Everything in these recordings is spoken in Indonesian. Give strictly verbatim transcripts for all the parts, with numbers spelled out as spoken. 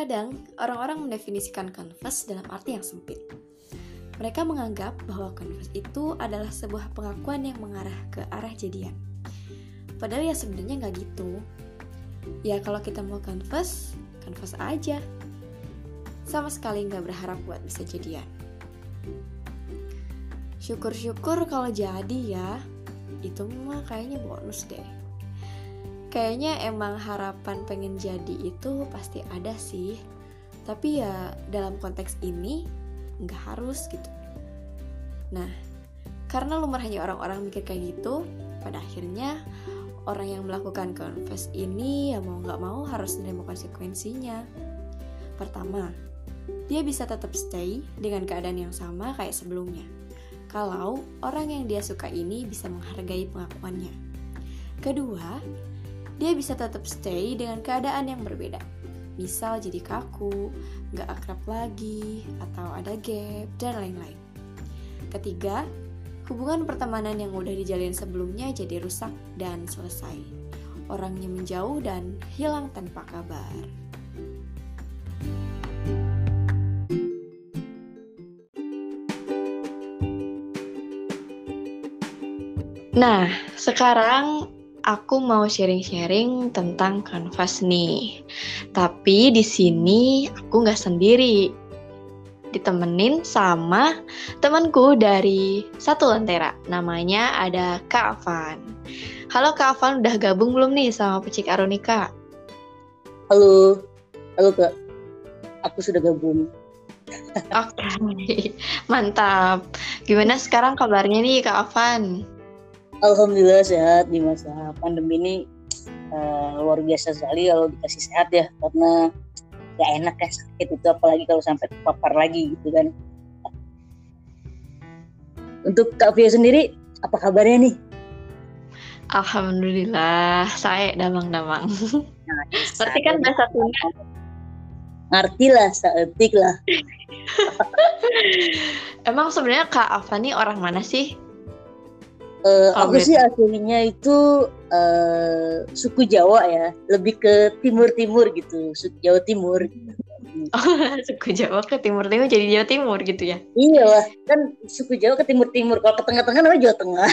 Terkadang, orang-orang mendefinisikan canvas dalam arti yang sempit. Mereka menganggap bahwa canvas itu adalah sebuah pengakuan yang mengarah ke arah jadian. Padahal ya sebenarnya nggak gitu. Ya kalau kita mau canvas, canvas aja. Sama sekali nggak berharap buat bisa jadian. Syukur-syukur kalau jadi ya, itu mah kayaknya bonus deh. Kayaknya emang harapan pengen jadi itu pasti ada sih. Tapi ya dalam konteks ini nggak harus gitu. Nah, karena lumrahnya orang-orang mikir kayak gitu, pada akhirnya orang yang melakukan canvas ini ya mau nggak mau harus menerima konsekuensinya. Pertama, dia bisa tetap stay dengan keadaan yang sama kayak sebelumnya. Kalau orang yang dia suka ini bisa menghargai pengakuannya. Kedua, dia bisa tetap stay dengan keadaan yang berbeda. Misal jadi kaku, gak akrab lagi, atau ada gap, dan lain-lain. Ketiga, hubungan pertemanan yang udah dijalin sebelumnya jadi rusak dan selesai. Orangnya menjauh dan hilang tanpa kabar. Nah, sekarang aku mau sharing-sharing tentang canvas nih. Tapi di sini aku nggak sendiri. Ditemenin sama temanku dari satu Lentera. Namanya ada Kak Afan. Halo Kak Afan, udah gabung belum nih sama Pecik Arunika? Halo, halo Kak. Aku sudah gabung. Oke, okay. Mantap. Gimana sekarang kabarnya nih Kak Afan? Alhamdulillah sehat di masa pandemi ini. Uh, luar biasa sekali kalau dikasih sehat ya, karena gak enak ya sakit itu, apalagi kalau sampai terpapar lagi gitu kan. Untuk Kak Via sendiri, apa kabarnya nih? Alhamdulillah, saya damang-damang. Nah, Berarti kan bahasa Sunda. Ngerti lah, seetik lah. Emang sebenarnya Kak Afan nih orang mana sih? Uh, aku sih aslinya itu uh, suku Jawa ya, lebih ke timur-timur gitu, suku Jawa Timur. Oh, suku Jawa ke timur-timur jadi Jawa Timur gitu ya? Iya lah, kan suku Jawa ke timur-timur, kalau ke tengah-tengah namanya Jawa Tengah.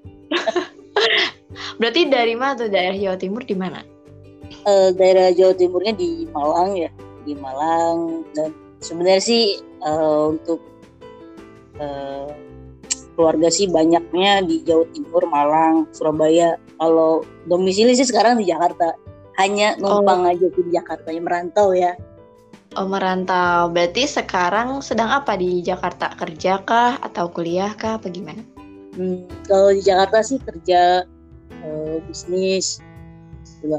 Berarti dari mana tuh daerah Jawa Timur di mana? Uh, daerah Jawa Timurnya di Malang ya, di Malang. Dan sebenarnya sih uh, untuk uh, keluarga sih banyaknya di Jawa Timur, Malang, Surabaya. Kalau domisili sih sekarang di Jakarta. Hanya numpang oh. aja di Jakarta, ya merantau ya. Oh merantau, berarti sekarang sedang apa di Jakarta? Kerja kah atau kuliah kah? Apa gimana? Hmm, kalau di Jakarta sih kerja, uh, bisnis, itulah.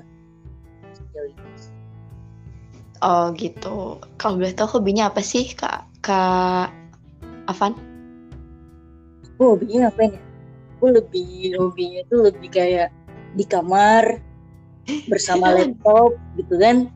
Oh gitu. Kalau boleh tahu hobinya apa sih Kak Kak Afan? Aku hobinya ngapain ya? Aku lebih hobinya itu lebih kayak di kamar bersama laptop gitu kan.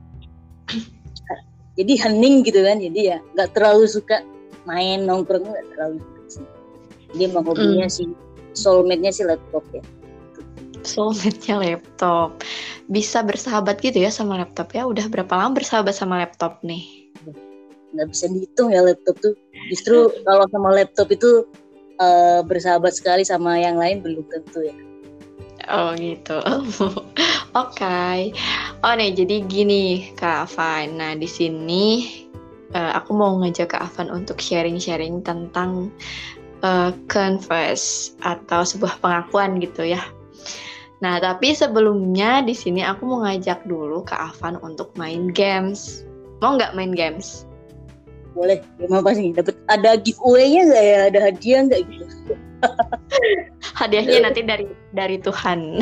Jadi hening gitu kan. Jadi ya nggak terlalu suka main nongkrong, nggak terlalu suka sih. Jadi emang hobinya mm. sih soulmate-nya sih laptop ya. Soulmate-nya laptop. Bisa bersahabat gitu ya sama laptop ya? Udah berapa lama bersahabat sama laptop nih? Nggak bisa dihitung ya laptop tuh. Justru kalau sama laptop itu Uh, bersahabat sekali, sama yang lain belum tentu ya. Oh gitu. Oke. Okay. Oh nih jadi gini Kak Afan. Nah di sini uh, aku mau ngajak Kak Afan untuk sharing-sharing tentang uh, canvas atau sebuah pengakuan gitu ya. Nah tapi sebelumnya di sini aku mau ngajak dulu Kak Afan untuk main games. Mau nggak main games? Boleh, gimana apa sih? Dapat ada giveaway-nya nggak ya? Ada hadiah nggak gitu? Hadiahnya nanti dari dari Tuhan.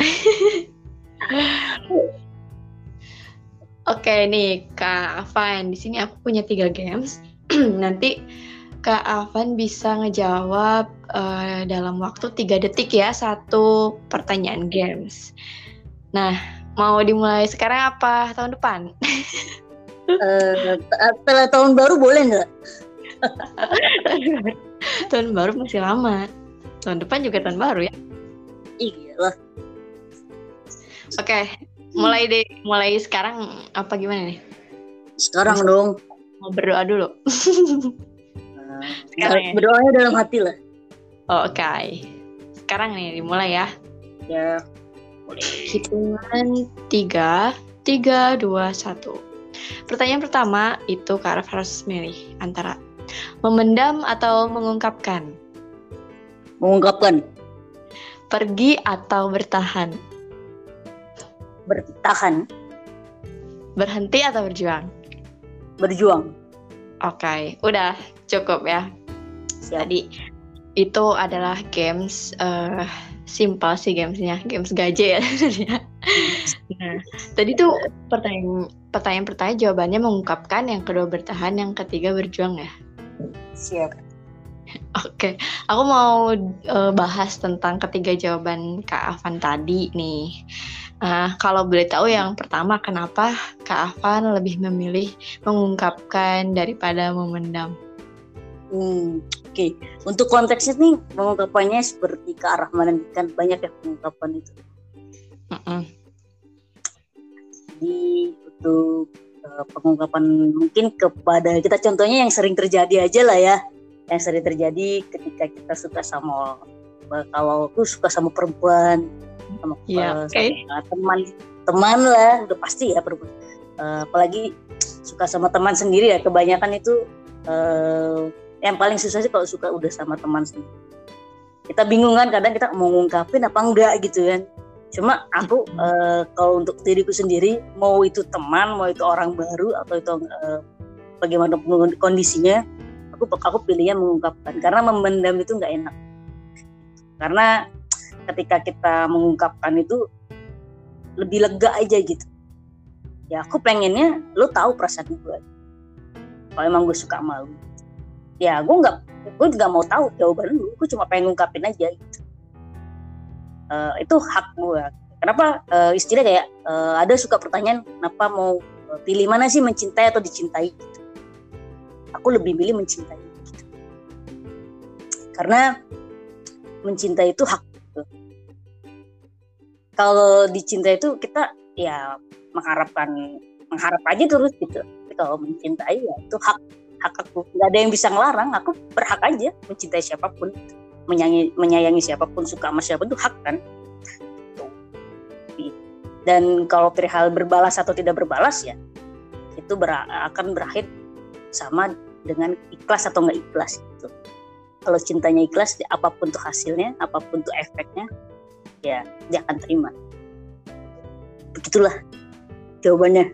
Oke nih Kak Afan, di sini aku punya tiga games. Nanti Kak Afan bisa ngejawab uh, dalam waktu tiga detik ya, satu pertanyaan games. Nah, mau dimulai sekarang apa tahun depan? Uh, setelah tahun baru boleh nggak? Tahun baru masih lama. Tahun depan juga tahun baru ya. Iyalah. Oke, mulai deh, mulai sekarang apa gimana nih? Sekarang dong. Mau berdoa dulu. Nah, Sekarang ya? berdoanya dalam hati lah. Oh, Oke, okay. Sekarang nih dimulai ya. Ya. Hitungan tiga, tiga, dua, satu. Pertanyaan pertama itu Kak Araf harus milih antara memendam atau mengungkapkan, Mengungkapkan. pergi atau bertahan, Bertahan. berhenti atau berjuang. Berjuang. Oke, okay. Udah cukup ya. Siap. Tadi itu adalah games uh, simple sih gamesnya, games gaje ya. Nah, tadi tuh pertanyaan pertanyaan pertanyaan jawabannya mengungkapkan, yang kedua bertahan, yang ketiga berjuang ya. Siap. Oke, okay. Aku mau uh, bahas tentang ketiga jawaban Kak Afan tadi nih. Uh, kalau boleh tahu yang pertama, kenapa Kak Afan lebih memilih mengungkapkan daripada memendam? Hmm, Oke, okay. Untuk konteksnya nih pengungkapannya seperti ke arah mana, kan banyak ya pengungkapan itu. Uh-uh. Jadi untuk uh, pengungkapan mungkin kepada kita, contohnya yang sering terjadi aja lah ya, yang sering terjadi ketika kita suka sama, kalau aku suka sama perempuan, sama, yeah, uh, okay. sama teman teman lah, udah pasti ya perempuan. Uh, apalagi suka sama teman sendiri ya, kebanyakan itu uh, yang paling susah sih kalau suka udah sama teman sendiri. Kita bingung kan, kadang kita mau ngungkapin apa enggak gitu kan. Cuma aku uh, kalau untuk diriku sendiri, mau itu teman, mau itu orang baru, atau itu uh, bagaimana kondisinya, aku aku pilihnya mengungkapkan, karena memendam itu nggak enak. Karena ketika kita mengungkapkan itu lebih lega aja gitu. Ya aku pengennya lo tahu perasaan gue. Kalau emang gue suka sama lo, ya gue nggak, gue nggak mau tahu jawaban lu, gue cuma pengen ngungkapin aja gitu. Uh, itu hak gue. Kenapa uh, istilah kayak uh, ada suka pertanyaan, kenapa mau uh, pilih mana sih, mencintai atau dicintai gitu. Aku lebih milih mencintai gitu. Karena mencintai itu hak gitu. Kalau dicintai itu kita ya mengharapkan, mengharap aja terus gitu. Tapi kalau mencintai ya itu hak hak aku, nggak ada yang bisa ngelarang. Aku berhak aja mencintai siapapun, menyayangi, menyayangi siapapun, suka sama siapapun, itu hak kan. Dan kalau perihal berbalas atau tidak berbalas ya itu ber- akan berakhir sama dengan ikhlas atau nggak ikhlas gitu. Kalau cintanya ikhlas, apapun tuh hasilnya, apapun tuh efeknya, ya dia akan terima. Begitulah jawabannya.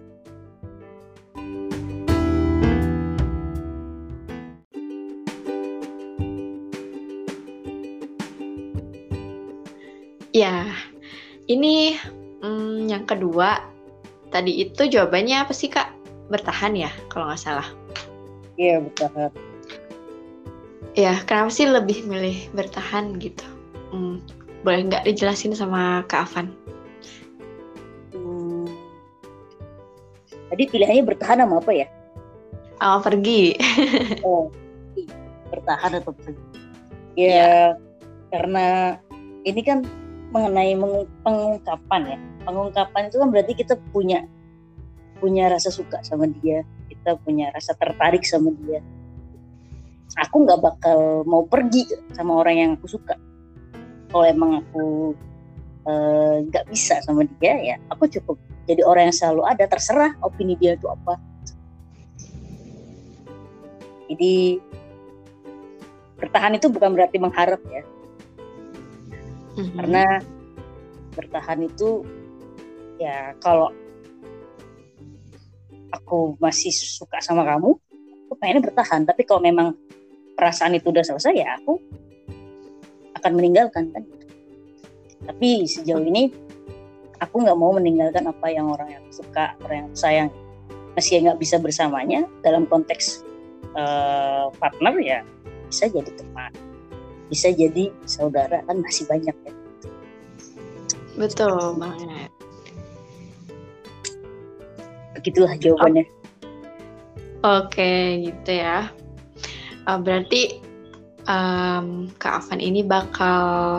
Ya, ini hmm, yang kedua tadi itu jawabannya apa sih Kak? Bertahan ya, kalau nggak salah. Iya, bertahan. Ya, kenapa sih lebih milih bertahan gitu? Hmm, boleh nggak dijelasin sama Kak Afan? Hmm, tadi pilihannya bertahan sama apa ya? Oh, pergi. Oh, bertahan atau pergi? Ya, Ya. Karena ini kan mengenai pengungkapan ya. Pengungkapan itu kan berarti kita punya punya rasa suka sama dia, kita punya rasa tertarik sama dia. Aku nggak bakal mau pergi sama orang yang aku suka. Kalau emang aku nggak uh, bisa sama dia, ya aku cukup jadi orang yang selalu ada, terserah opini dia itu apa. Jadi bertahan itu bukan berarti mengharap ya. Mm-hmm. Karena bertahan itu ya kalau aku masih suka sama kamu, aku pengennya bertahan. Tapi kalau memang perasaan itu udah selesai, ya aku akan meninggalkan kan. Tapi sejauh ini aku nggak mau meninggalkan apa yang orang yang suka, orang yang sayang. Masih nggak bisa bersamanya dalam konteks uh, partner, ya bisa jadi teman, bisa jadi saudara, kan masih banyak ya. Betul banget. Begitulah jawabannya. Oke, gitu ya. Uh, berarti um, Kak Afan ini bakal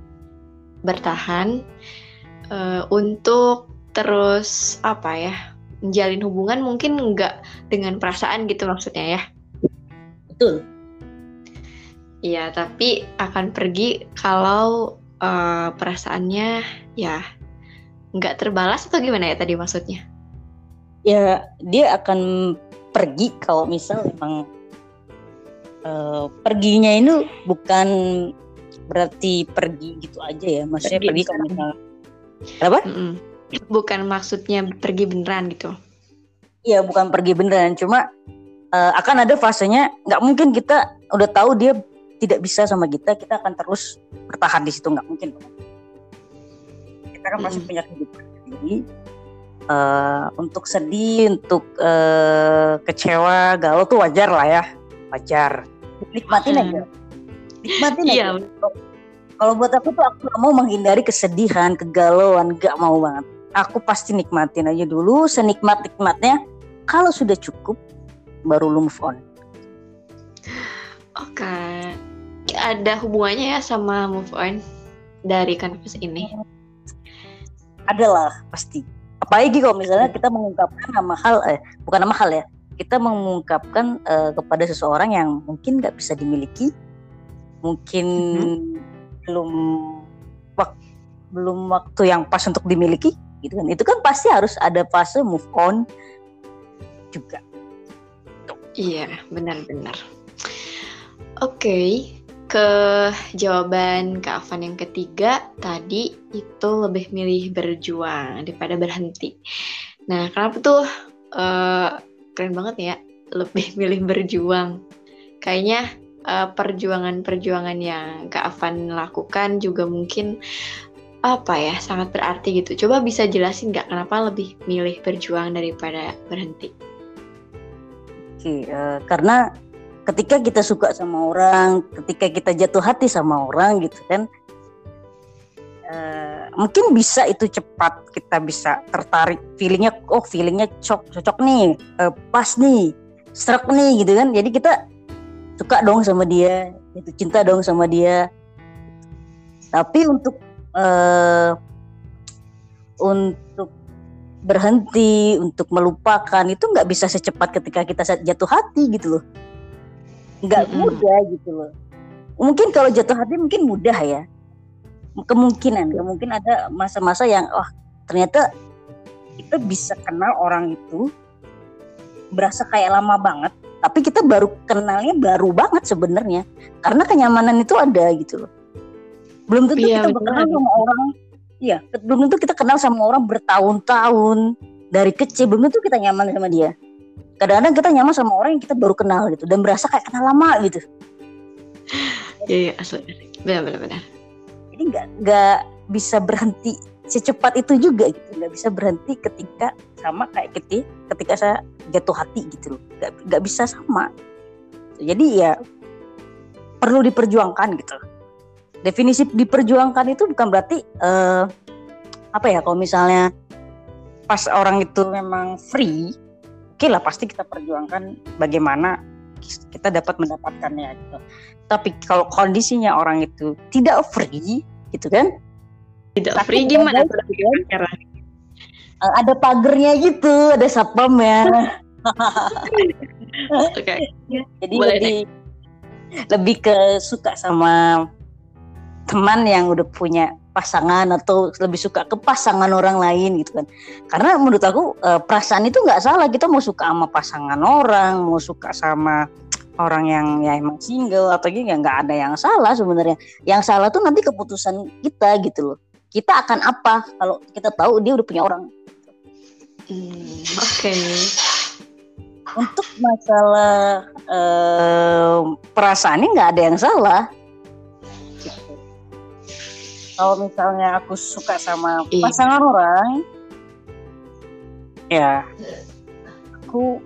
bertahan uh, untuk terus apa ya? menjalin hubungan mungkin nggak dengan perasaan gitu maksudnya ya. Betul. Iya, tapi akan pergi kalau uh, perasaannya ya nggak terbalas atau gimana ya tadi maksudnya? Ya, dia akan pergi kalau misal memang uh, perginya itu bukan berarti pergi gitu aja ya. Maksudnya pergi, pergi kalau misal apa? Mm-mm. Bukan maksudnya pergi beneran gitu. Iya, bukan pergi beneran, cuma uh, akan ada fasenya. Nggak mungkin kita udah tahu dia tidak bisa sama kita, kita akan terus bertahan di situ, nggak mungkin. Kita kan pasti punya kehidupan sendiri. Uh, untuk sedih, untuk uh, kecewa, galau tuh wajar lah ya, wajar. Nikmatin hmm. aja, nikmatin iya. aja. Kalau buat aku tuh aku gak mau menghindari kesedihan, kegalauan, gak mau banget. Aku pasti nikmatin aja dulu, senikmat-nikmatnya. Kalau sudah cukup, baru lu move on. Oke, okay. Ada hubungannya ya sama move on dari Canvas ini? Adalah pasti. Apalagi kalau misalnya kita mengungkapkan nama hal, eh, bukan nama hal ya, kita mengungkapkan eh, kepada seseorang yang mungkin nggak bisa dimiliki, mungkin mm-hmm. belum wak- belum waktu yang pas untuk dimiliki, gitu kan? Itu kan pasti harus ada fase move on juga. Iya, benar-benar. Oke. Okay. Ke jawaban Kak Afan yang ketiga tadi itu lebih milih berjuang daripada berhenti. Nah, kenapa tuh uh, keren banget ya lebih milih berjuang. Kayaknya uh, perjuangan-perjuangan yang Kak Afan lakukan juga mungkin apa ya sangat berarti gitu. Coba bisa jelasin nggak kenapa lebih milih berjuang daripada berhenti? Oke, uh, karena ketika kita suka sama orang, ketika kita jatuh hati sama orang gitu kan, uh, mungkin bisa itu cepat, kita bisa tertarik, feelingnya, oh feelingnya cocok, cocok nih, uh, pas nih, serak nih gitu kan, jadi kita suka dong sama dia, itu cinta dong sama dia. Tapi untuk uh, untuk berhenti, untuk melupakan itu nggak bisa secepat ketika kita jatuh hati gitu loh. Nggak mm-hmm. mudah gitu loh. Mungkin kalau jatuh hati mungkin mudah ya, kemungkinan mungkin ada masa-masa yang oh ternyata kita bisa kenal orang itu berasa kayak lama banget, tapi kita baru kenalnya baru banget sebenarnya, karena kenyamanan itu ada gitu loh. Belum tentu iya, kita kenal sama orang, iya belum tentu kita kenal sama orang bertahun-tahun dari kecil, belum tentu kita nyaman sama dia. Kadang-kadang kita nyaman sama orang yang kita baru kenal gitu dan berasa kayak kenal lama gitu. Iya, asli, benar-benar. Jadi nggak nggak bisa berhenti secepat itu juga gitu, nggak bisa berhenti ketika sama kayak ketika ketika saya jatuh hati gitu loh, nggak nggak bisa sama. Jadi ya perlu diperjuangkan gitu. Definisi diperjuangkan itu bukan berarti uh, apa ya, kalau misalnya pas orang itu memang free, oke lah pasti kita perjuangkan bagaimana kita dapat mendapatkannya gitu. Tapi kalau kondisinya orang itu tidak free gitu kan, tidak free gimana tuh? Uh, ada pagernya gitu, ada satpamnya. Oke. Okay. Jadi boleh lebih deh. lebih ke suka sama teman yang udah punya pasangan atau lebih suka ke pasangan orang lain gitu kan. Karena menurut aku uh, perasaan itu nggak salah, kita mau suka sama pasangan orang, mau suka sama orang yang ya emang single atau gitu, ya nggak ada yang salah sebenarnya. Yang salah tuh nanti keputusan kita gitu loh. Kita akan apa kalau kita tahu dia udah punya orang. Hmm, Oke. Okay. Untuk masalah uh, perasaannya nggak ada yang salah. Kalau misalnya aku suka sama pasangan orang, ya aku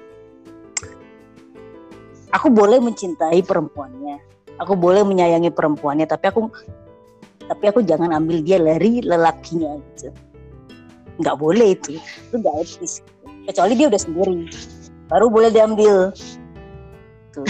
aku boleh mencintai perempuannya, aku boleh menyayangi perempuannya, tapi aku tapi aku jangan ambil dia dari lelakinya gitu. Nggak boleh itu, itu nggak etis. Kecuali dia udah sendiri, baru boleh diambil. Tuh.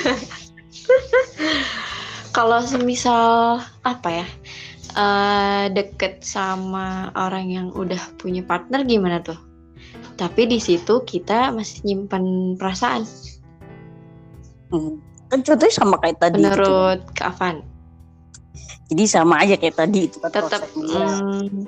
Kalau semisal apa ya? Uh, deket sama orang yang udah punya partner gimana tuh? tapi di situ kita masih nyimpan perasaan. Hmm. Kan contohnya sama kayak tadi. Menurut gitu. Kak Afan. Jadi sama aja kayak tadi itu kan. Tetap. Hmm,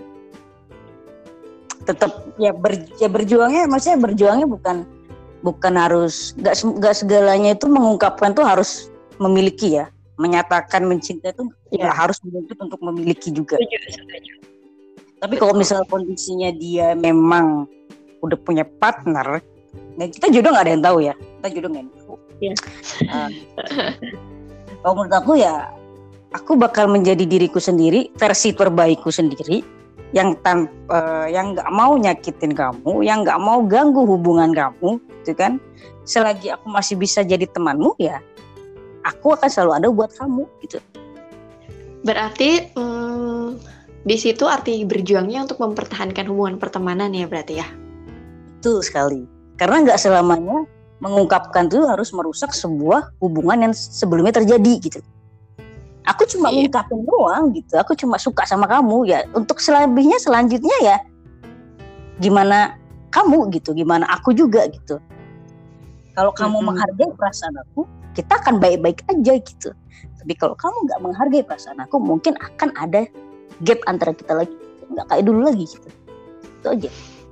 tetap ya, ber, ya berjuangnya, maksudnya berjuangnya bukan bukan harus nggak nggak segalanya itu mengungkapkan tuh harus memiliki ya, menyatakan mencinta itu nggak ya. Harus menuntut untuk memiliki juga. Setuju, setuju. Tapi kalau misalnya kondisinya dia memang udah punya partner, nah kita jodoh nggak ada yang tahu ya, kita jodoh nggak tahu. Ya. Uh, kalau menurut aku ya, aku bakal menjadi diriku sendiri, versi terbaikku sendiri, yang tanpa, yang nggak mau nyakitin kamu, yang nggak mau ganggu hubungan kamu, gitu kan? Selagi aku masih bisa jadi temanmu, ya, aku akan selalu ada buat kamu, gitu. Berarti hmm, di situ arti berjuangnya untuk mempertahankan hubungan pertemanan ya, berarti ya? Betul sekali. Karena nggak selamanya mengungkapkan itu harus merusak sebuah hubungan yang sebelumnya terjadi, gitu. Aku cuma iya. ngungkapin doang gitu. Aku cuma suka sama kamu ya. Untuk selebihnya selanjutnya ya gimana kamu gitu, gimana aku juga gitu. Kalau kamu mm-hmm. menghargai perasaan aku, kita akan baik-baik aja gitu. Tapi kalau kamu nggak menghargai perasaan aku, mungkin akan ada gap antara kita lagi. Nggak kayak dulu lagi gitu. Itu aja.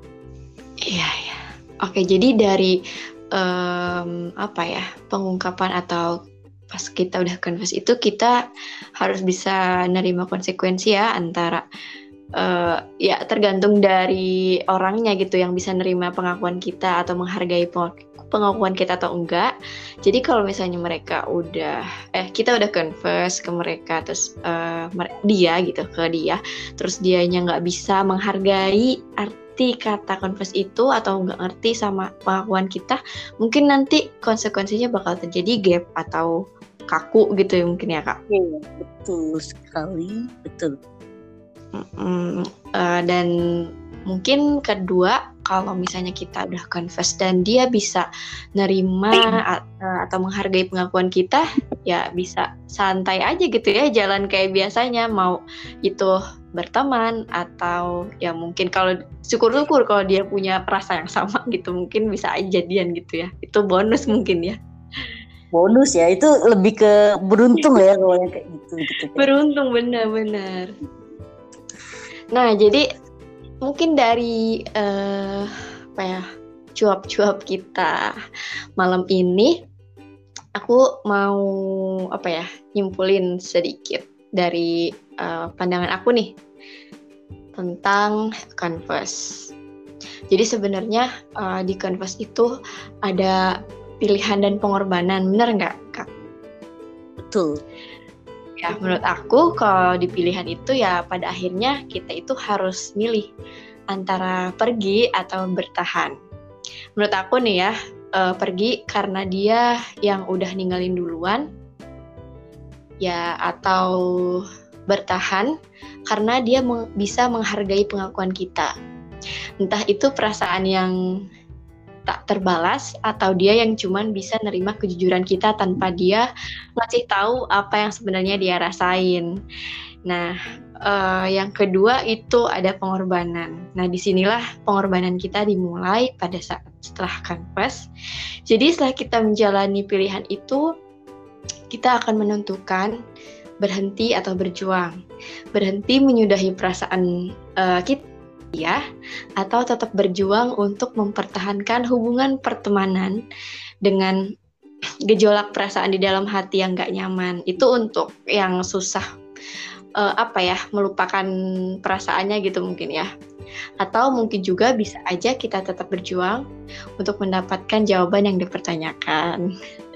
Iya ya. Oke, jadi dari um, apa ya, pengungkapan atau pas kita udah confess itu kita harus bisa nerima konsekuensi ya, antara uh, ya tergantung dari orangnya gitu yang bisa nerima pengakuan kita atau menghargai pengakuan kita atau enggak. Jadi kalau misalnya mereka udah eh kita udah confess ke mereka, terus uh, dia gitu ke dia, terus dianya nggak bisa menghargai arti kata confess itu atau nggak ngerti sama pengakuan kita, mungkin nanti konsekuensinya bakal terjadi gap atau kaku gitu ya mungkin ya Kak. Iya, betul sekali, betul. Mm-mm, uh, dan mungkin kedua, kalau misalnya kita udah confess dan dia bisa nerima uh, atau menghargai pengakuan kita, ya bisa santai aja gitu ya, jalan kayak biasanya, mau itu berteman atau ya mungkin kalau syukur-syukur kalau dia punya perasaan yang sama gitu, mungkin bisa aja jadian gitu ya. Itu bonus mungkin ya. Bonus ya, itu lebih ke beruntung ya kalau yang kayak gitu, gitu. Beruntung, benar-benar. Nah, jadi mungkin dari uh, apa ya, cuap-cuap kita malam ini, aku mau apa ya, nyimpulin sedikit dari uh, pandangan aku nih tentang confess. Jadi sebenarnya uh, di confess itu ada pilihan dan pengorbanan, benar nggak Kak? Betul. Ya, menurut aku kalau di pilihan itu ya pada akhirnya kita itu harus milih antara pergi atau bertahan. Menurut aku nih ya, uh, pergi karena dia yang udah ninggalin duluan, ya, atau bertahan karena dia meng- bisa menghargai pengakuan kita. Entah itu perasaan yang tak terbalas atau dia yang cuman bisa nerima kejujuran kita tanpa dia ngasih tahu apa yang sebenarnya dia rasain. Nah, uh, yang kedua itu ada pengorbanan. Nah, disinilah pengorbanan kita dimulai pada saat setelah confess. Jadi setelah kita menjalani pilihan itu, kita akan menentukan berhenti atau berjuang, berhenti menyudahi perasaan uh, kita, ya, atau tetap berjuang untuk mempertahankan hubungan pertemanan dengan gejolak perasaan di dalam hati yang gak nyaman. Itu untuk yang susah uh, apa ya, melupakan perasaannya gitu mungkin ya. Atau mungkin juga bisa aja kita tetap berjuang untuk mendapatkan jawaban yang dipertanyakan.